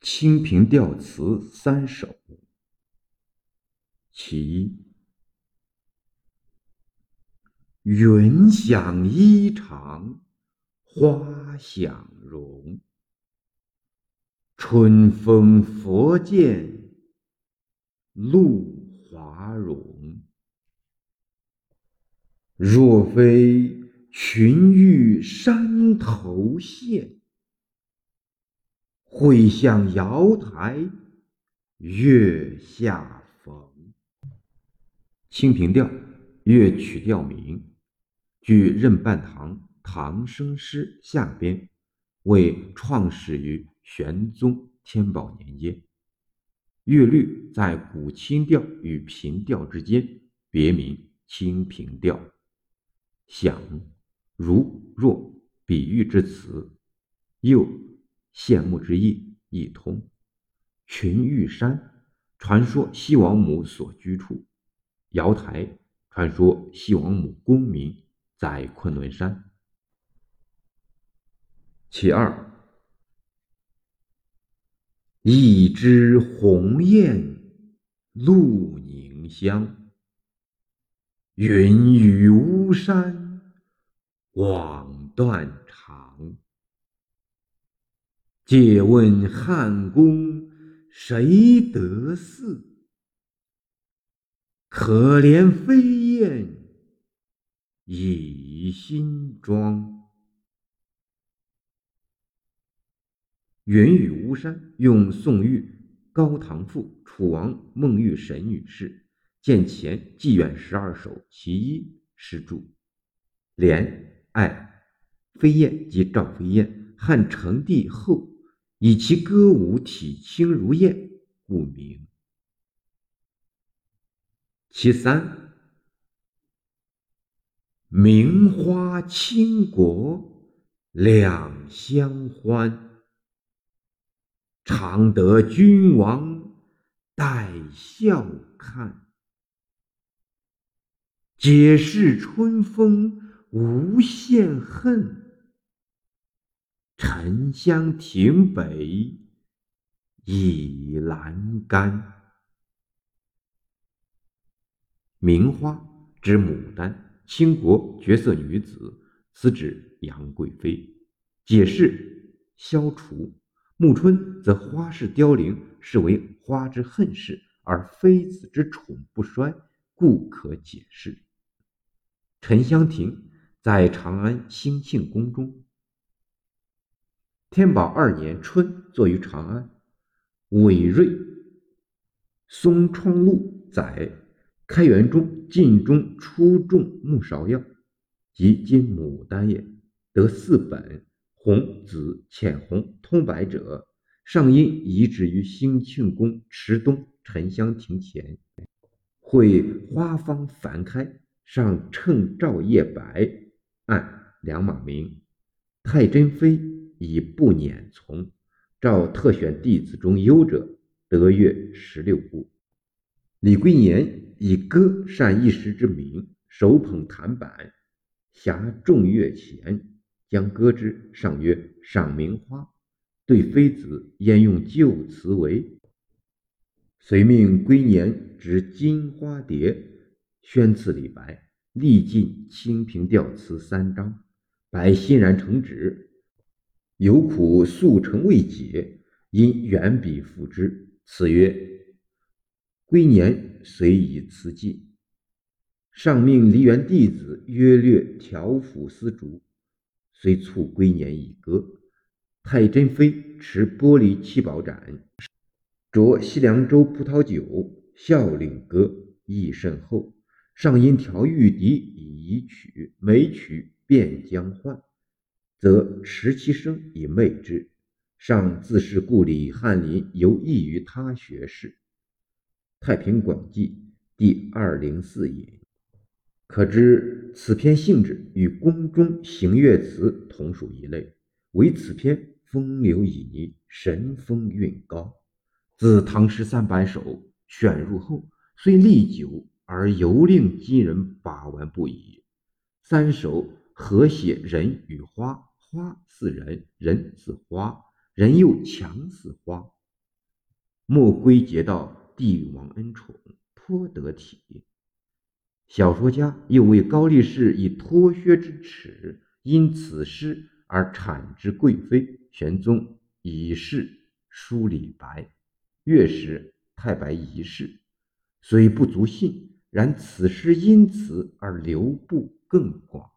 清平调词三首。其一，云想衣裳花想容，春风佛见露华容。若非群玉山头现，会向瑶台月下逢。清平调，乐曲调名，据任半堂唐生诗下编，为创始于玄宗天宝年间。乐律在古清调与平调之间，别名清平调。想，如若比喻之词，又羡慕之意，一通。群玉山，传说西王母所居处。瑶台，传说西王母功名在昆仑山。其二，一枝红艳露凝香，云雨巫山枉断肠。借问汉宫谁得似？可怜飞燕倚新妆。云雨巫山用宋玉《高唐赋》楚王孟玉神女士建前妓院12首其一诗注。怜爱飞燕及赵飞燕，汉成帝后以其歌舞体轻如燕，故名。其三，名花倾国两相欢，常得君王带笑看。解释春风无限恨，沉香亭北倚阑干。名花指牡丹，倾国绝色女子，此指杨贵妃。解释消除，暮春则花事凋零，是为花之恨事，而妃子之宠不衰，故可解释。沉香亭在长安兴庆宫中。天宝2年春作于长安。韦瑞《松窗录》载，开元中晋中初种木芍药，即今牡丹也，得4本，红、紫、浅红、通白者，上因移植于兴庆宫池东沉香亭前。会花芳繁开，上乘照叶白，按2马名。太真妃以不辇从，照特选弟子中优者，得乐16部。李龟年以歌善一时之名，手捧弹板，辖众乐前，将歌之，上曰赏名花，对妃子焉用旧词为。遂命龟年执金花碟，宣赐李白，历尽清平调词3章。白欣然承旨，有苦速成未解，因远笔赋之。此曰龟年虽以辞尽，上命梨园弟子约略调抚丝竹，虽促龟年以歌。太真妃持玻璃七宝盏，酌西凉州葡萄酒，笑领歌，意甚厚。上因调玉笛以移曲，每曲便将换，则持其声以媚之。上自是故李翰林尤异于他学士。太平广记第204引。可知此篇性质与宫中行乐词同属一类，唯此篇风流旖旎，神风韵高。自唐诗300首选入后，虽历久，而犹令今人把玩不已。3首合写人与花，花似人，人似花，人又强似花， 莫归结到帝王恩宠，颇得体。小说家又为高力士以脱靴之耻，因此诗而产之贵妃，玄宗以是书李白，乐使太白遗事，虽不足信，然此诗因此而流布更广。